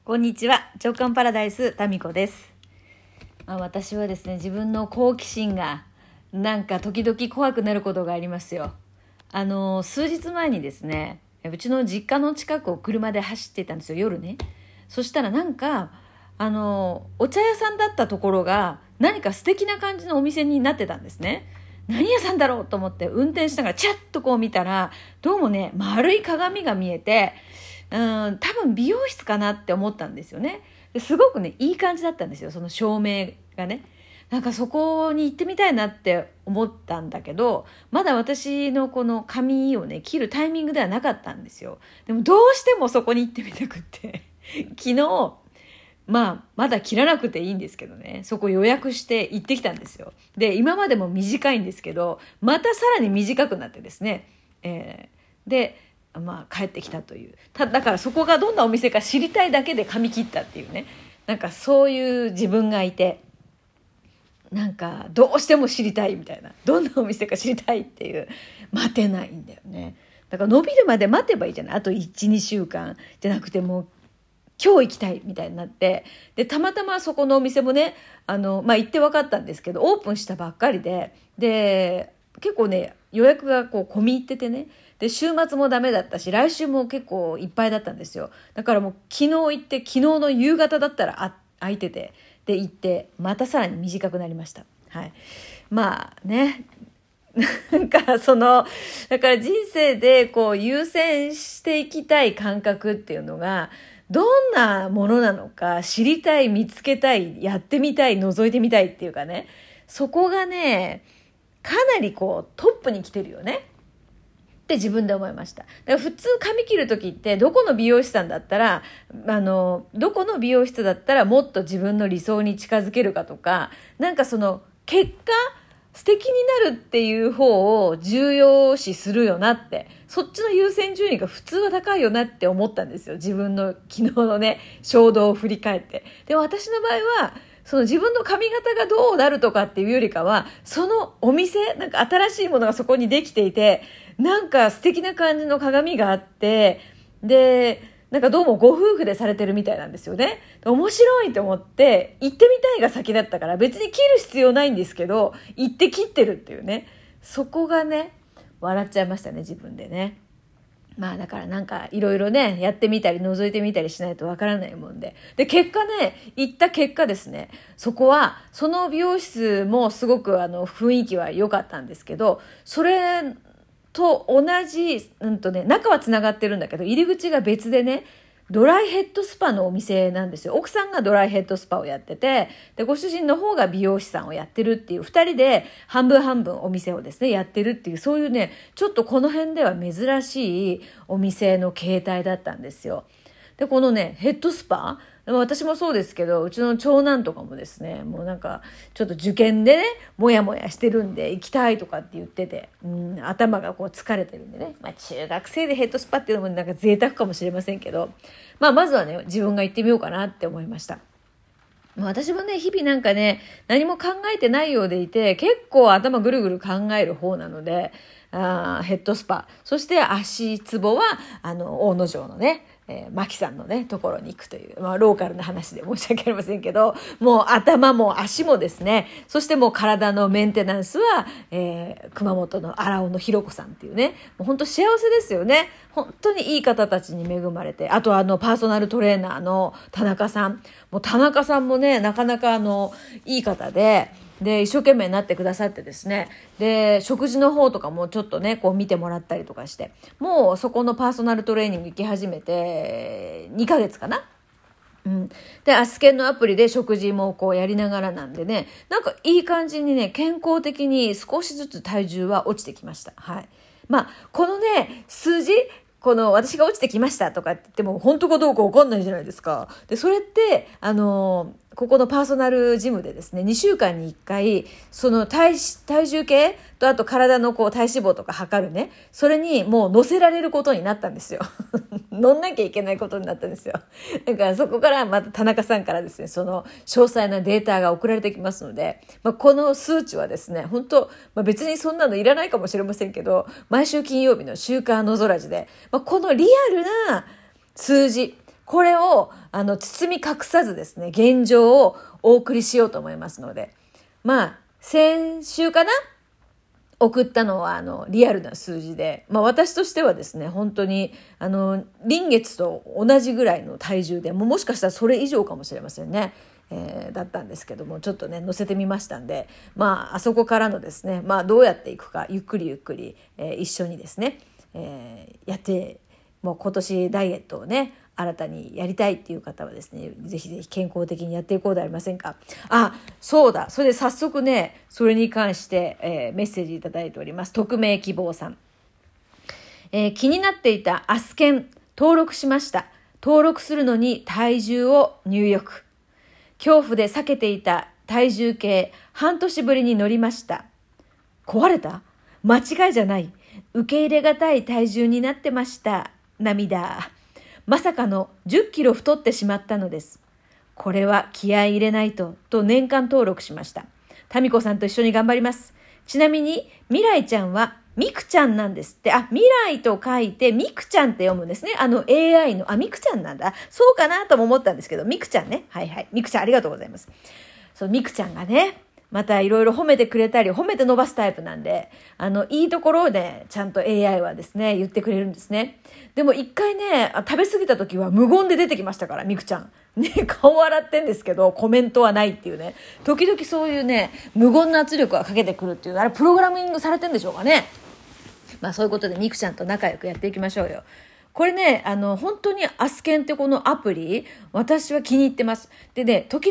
こんにちは、直感パラダイスタミコです。私はですね、自分の好奇心がなんか時々怖くなることがありますよ。数日前にですね、うちの実家の近くを車で走っていたんですよ、夜ね。そしたらなんかお茶屋さんだったところが何か素敵な感じのお店になってたんですね。何屋さんだろうと思って運転しながらチャッとこう見たら、どうもね、丸い鏡が見えて、多分美容室かなって思ったんですよね。ですごくね、いい感じだったんですよ、その照明がね。なんかそこに行ってみたいなって思ったんだけど、まだ私のこの髪をね切るタイミングではなかったんですよ。でもどうしてもそこに行ってみたくって昨日まだ切らなくていいんですけどね、そこ予約して行ってきたんですよ。で、今までも短いんですけど、またさらに短くなってですね、で帰ってきたという。だからそこがどんなお店か知りたいだけで髪切ったっていうね、なんかそういう自分がいて、なんかどうしても知りたいみたいな、どんなお店か知りたいっていう、待てないんだよね。だから伸びるまで待てばいいじゃない。あと 1,2 週間じゃなくて、もう今日行きたいみたいになって、でたまたまそこのお店もね、行って分かったんですけど、オープンしたばっかりで、結構ね予約がこう込み入っててね、で週末もダメだったし、来週も結構いっぱいだったんですよ。だからもう昨日行って、昨日の夕方だったら空いてて、で行ってまたさらに短くなりました。はい。なんかだから人生でこう優先していきたい感覚っていうのがどんなものなのか知りたい、見つけたい、やってみたい、覗いてみたいっていうかね、そこがねかなりこうトップに来てるよねって自分で思いました。だから普通髪切る時って、どこの美容師さんだったらどこの美容室だったらもっと自分の理想に近づけるかとか、なんかその結果素敵になるっていう方を重要視するよなって、そっちの優先順位が普通は高いよなって思ったんですよ、自分の昨日のね衝動を振り返って。で、私の場合はその自分の髪型がどうなるとかっていうよりかは、そのお店、なんか新しいものがそこにできていて、なんか素敵な感じの鏡があって、でなんかどうもご夫婦でされてるみたいなんですよね。面白いと思って行ってみたいが先だったから、別に切る必要ないんですけど行って切ってるっていうね、そこがね笑っちゃいましたね、自分でね。だからなんかいろいろねやってみたり覗いてみたりしないとわからないもんで、結果ね、行った結果ですね、そこはその美容室もすごく雰囲気は良かったんですけど、それと同じ、中はつながってるんだけど入り口が別でね、ドライヘッドスパのお店なんですよ。奥さんがドライヘッドスパをやってて、でご主人の方が美容師さんをやってるっていう、二人で半分半分お店をですねやってるっていう、そういうねちょっとこの辺では珍しいお店の形態だったんですよ。でこのねヘッドスパ、私もそうですけど、うちの長男とかもですね、もうなんかちょっと受験でねもやもやしてるんで行きたいとかって言ってて、頭がこう疲れてるんでね、中学生でヘッドスパっていうのもなんか贅沢かもしれませんけど、まずはね自分が行ってみようかなって思いました。私もね日々なんかね何も考えてないようでいて、結構頭ぐるぐる考える方なので、ヘッドスパ、そして足つぼは大野城のねマキさんのねところに行くという、ローカルな話で申し訳ありませんけど、もう頭も足もですね、そしてもう体のメンテナンスは、熊本の荒尾のひろこさんっていうね、もう本当幸せですよね。本当にいい方たちに恵まれて、あとパーソナルトレーナーの田中さん、もう田中さんもねなかなかいい方で、一生懸命になってくださってですね、で食事の方とかもちょっとねこう見てもらったりとかして、もうそこのパーソナルトレーニング行き始めて2ヶ月かな。でアスケンのアプリで食事もこうやりながらなんでね、なんかいい感じにね健康的に少しずつ体重は落ちてきました。はい。このね数字、この私が落ちてきましたとかって言っても本当かどうか分かんないじゃないですか。でそれってここのパーソナルジムでですね、2週間に1回その体重計と、あと体のこう体脂肪とか測るね、それにもう乗せられることになったんですよ乗んなきゃいけないことになったんですよ。だからそこからまた田中さんからですね、その詳細なデータが送られてきますので、この数値はですね本当、別にそんなのいらないかもしれませんけど、毎週金曜日の週刊のぞらじで、このリアルな数字、 これを包み隠さずですね、現状をお送りしようと思いますので、まあ先週かな、送ったのはリアルな数字で、私としてはですね、本当に臨月と同じぐらいの体重で、もしかしたらそれ以上かもしれませんね、だったんですけども、ちょっとね載せてみましたんで、あそこからのですね、どうやっていくかゆっくりゆっくり、一緒にですね、やって、もう今年ダイエットをね新たにやりたいっていう方はですね、ぜひぜひ健康的にやっていこうではありませんか。そうだ。それで早速ね、それに関して、メッセージいただいております。匿名希望さん。気になっていたアスケン登録しました。登録するのに体重を入力。恐怖で避けていた体重計、半年ぶりに乗りました。壊れた？間違いじゃない。受け入れがたい体重になってました。涙。まさかの10キロ太ってしまったのです。これは気合い入れないと年間登録しました。タミコさんと一緒に頑張ります。ちなみに未来ちゃんはミクちゃんなんですって。未来と書いてミクちゃんって読むんですね。AI の、ミクちゃんなんだ。そうかなとも思ったんですけど、ミクちゃんね。はいはい。ミクちゃんありがとうございます。そう、ミクちゃんがね、またいろいろ褒めてくれたり、褒めて伸ばすタイプなんで、いいところをね、ちゃんと AI はですね、言ってくれるんですね。でも一回ね、食べ過ぎた時は無言で出てきましたから、ミクちゃん。ね、顔洗ってんですけど、コメントはないっていうね。時々そういうね、無言の圧力がかけてくるっていう、あれプログラミングされてんでしょうかね。そういうことでミクちゃんと仲良くやっていきましょうよ。これね、本当にアスケンってこのアプリ、私は気に入ってます。でね、時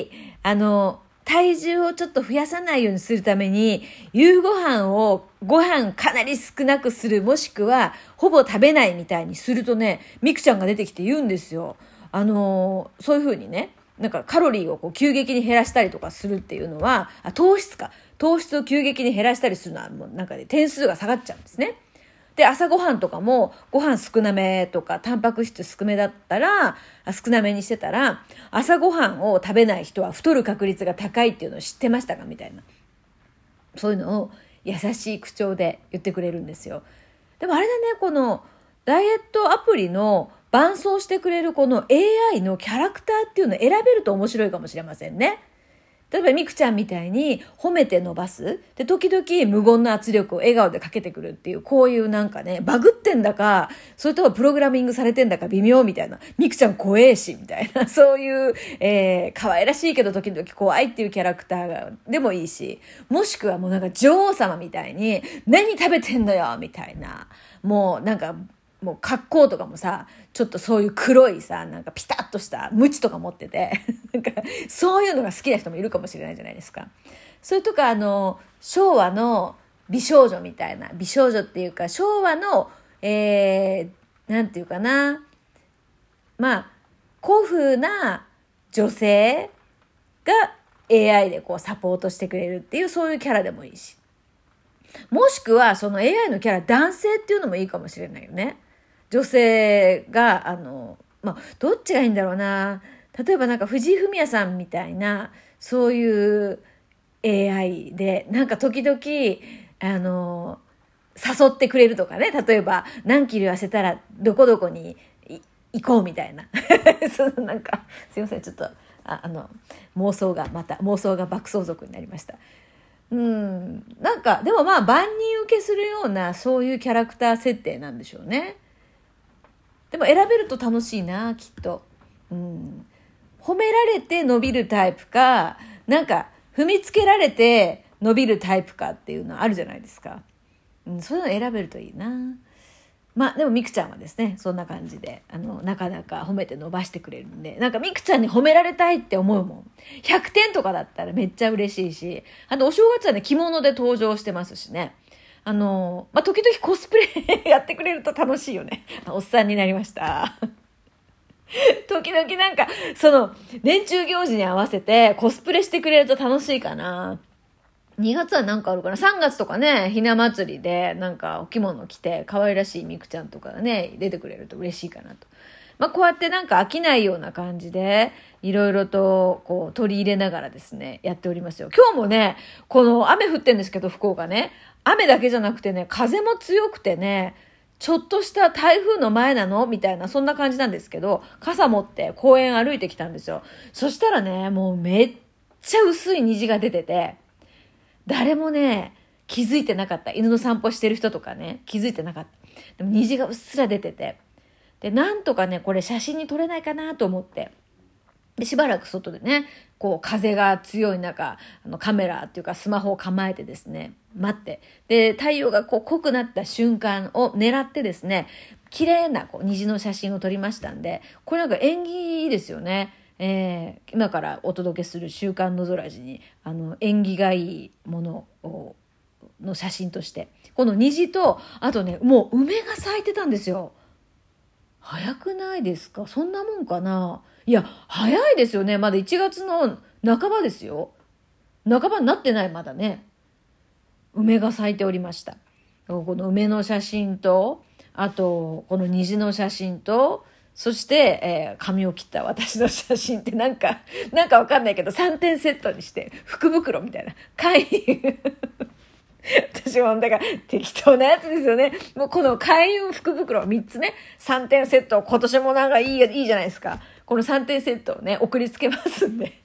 々、体重をちょっと増やさないようにするために、夕ご飯かなり少なくする、もしくは、ほぼ食べないみたいにするとね、ミクちゃんが出てきて言うんですよ。そういう風にね、なんかカロリーを急激に減らしたりとかするっていうのは、糖質を急激に減らしたりするのは、もうなんかね、点数が下がっちゃうんですね。で、朝ごはんとかもご飯少なめとかタンパク質少めだったら、少なめにしてたら、朝ごはんを食べない人は太る確率が高いっていうのを知ってましたかみたいな。そういうのを優しい口調で言ってくれるんですよ。でもあれだね、このダイエットアプリの伴走してくれるこの AI のキャラクターっていうのを選べると面白いかもしれませんね。例えばミクちゃんみたいに褒めて伸ばす。で、時々無言の圧力を笑顔でかけてくるっていう、こういうなんかね、バグってんだか、それともプログラミングされてんだか微妙みたいな。ミクちゃん怖えし、みたいな。そういう、可愛らしいけど時々怖いっていうキャラクターが、でもいいし、もしくはもうなんか女王様みたいに、何食べてんのよみたいな。もうなんか、もう格好とかもさ、ちょっとそういう黒いさ、なんかピタッとしたムチとか持ってて、なんかそういうのが好きな人もいるかもしれないじゃないですか。それとか昭和の美少女みたいな、美少女っていうか昭和の、なんていうかな、古風な女性が AI でこうサポートしてくれるっていう、そういうキャラでもいいし。もしくはその AI のキャラ男性っていうのもいいかもしれないよね。女性がどっちがいいんだろうな。例えばなんか藤井フミヤさんみたいなそういう AI でなんか時々誘ってくれるとかね。例えば何キロ痩せたらどこどこに行こうみたいななんかすいません、ちょっと妄想が爆走族になりました。なんかでも万人受けするようなそういうキャラクター設定なんでしょうね。でも選べると楽しいな、きっと。褒められて伸びるタイプか、なんか踏みつけられて伸びるタイプかっていうのはあるじゃないですか。そういうの選べるといいな。でもミクちゃんはですね、そんな感じでなかなか褒めて伸ばしてくれるんで、なんかミクちゃんに褒められたいって思うもん。100点とかだったらめっちゃ嬉しいし、お正月はね着物で登場してますしね。時々コスプレやってくれると楽しいよね。おっさんになりました。時々なんか年中行事に合わせてコスプレしてくれると楽しいかな。2月はなんかあるかな。3月とかね、ひな祭りでなんかお着物着て可愛らしいミクちゃんとかがね、出てくれると嬉しいかなと。こうやってなんか飽きないような感じで、いろいろとこう取り入れながらですね、やっておりますよ。今日もね、この雨降ってんですけど、福岡ね、雨だけじゃなくてね、風も強くてね、 ちょっとした台風の前なのみたいな、そんな感じなんですけど、傘持って公園歩いてきたんですよ。そしたらね、もうめっちゃ薄い虹が出てて、誰もね、気づいてなかった。犬の散歩してる人とかね、気づいてなかった。でも虹がうっすら出てて。で、なんとかね、これ写真に撮れないかなと思って。で、しばらく外でね、こう風が強い中、カメラっていうかスマホを構えてですね、待って。で、太陽がこう濃くなった瞬間を狙ってですね、綺麗なこう虹の写真を撮りましたんで、これなんか縁起いいですよね。今からお届けする週刊のぞらじに、縁起がいいものをの写真としてこの虹と、あとね、もう梅が咲いてたんですよ。早くないですか？そんなもんかな。いや、早いですよね。まだ1月の半ばですよ。半ばになってない、まだね。梅が咲いておりました。この梅の写真と、あとこの虹の写真と、そして、髪を切った私の写真って、なんかわかんないけど3点セットにして福袋みたいな会私もだから適当なやつですよね。もうこの開運福袋3つね、3点セット、今年もなんかいいじゃないですか。この3点セットをね、送りつけますんで。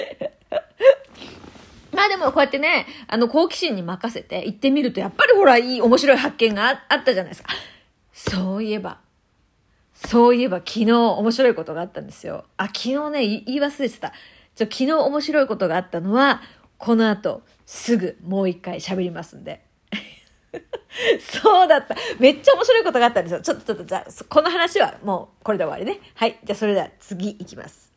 まあでもこうやってね、好奇心に任せて行ってみると、やっぱりほら、面白い発見があったじゃないですか。そういえば昨日面白いことがあったんですよ。昨日ね、言い忘れてた。昨日面白いことがあったのは、この後すぐもう一回喋りますんで。そうだった。めっちゃ面白いことがあったんですよ。ちょっとじゃあ、この話はもうこれで終わりね。はい。じゃあそれでは次行きます。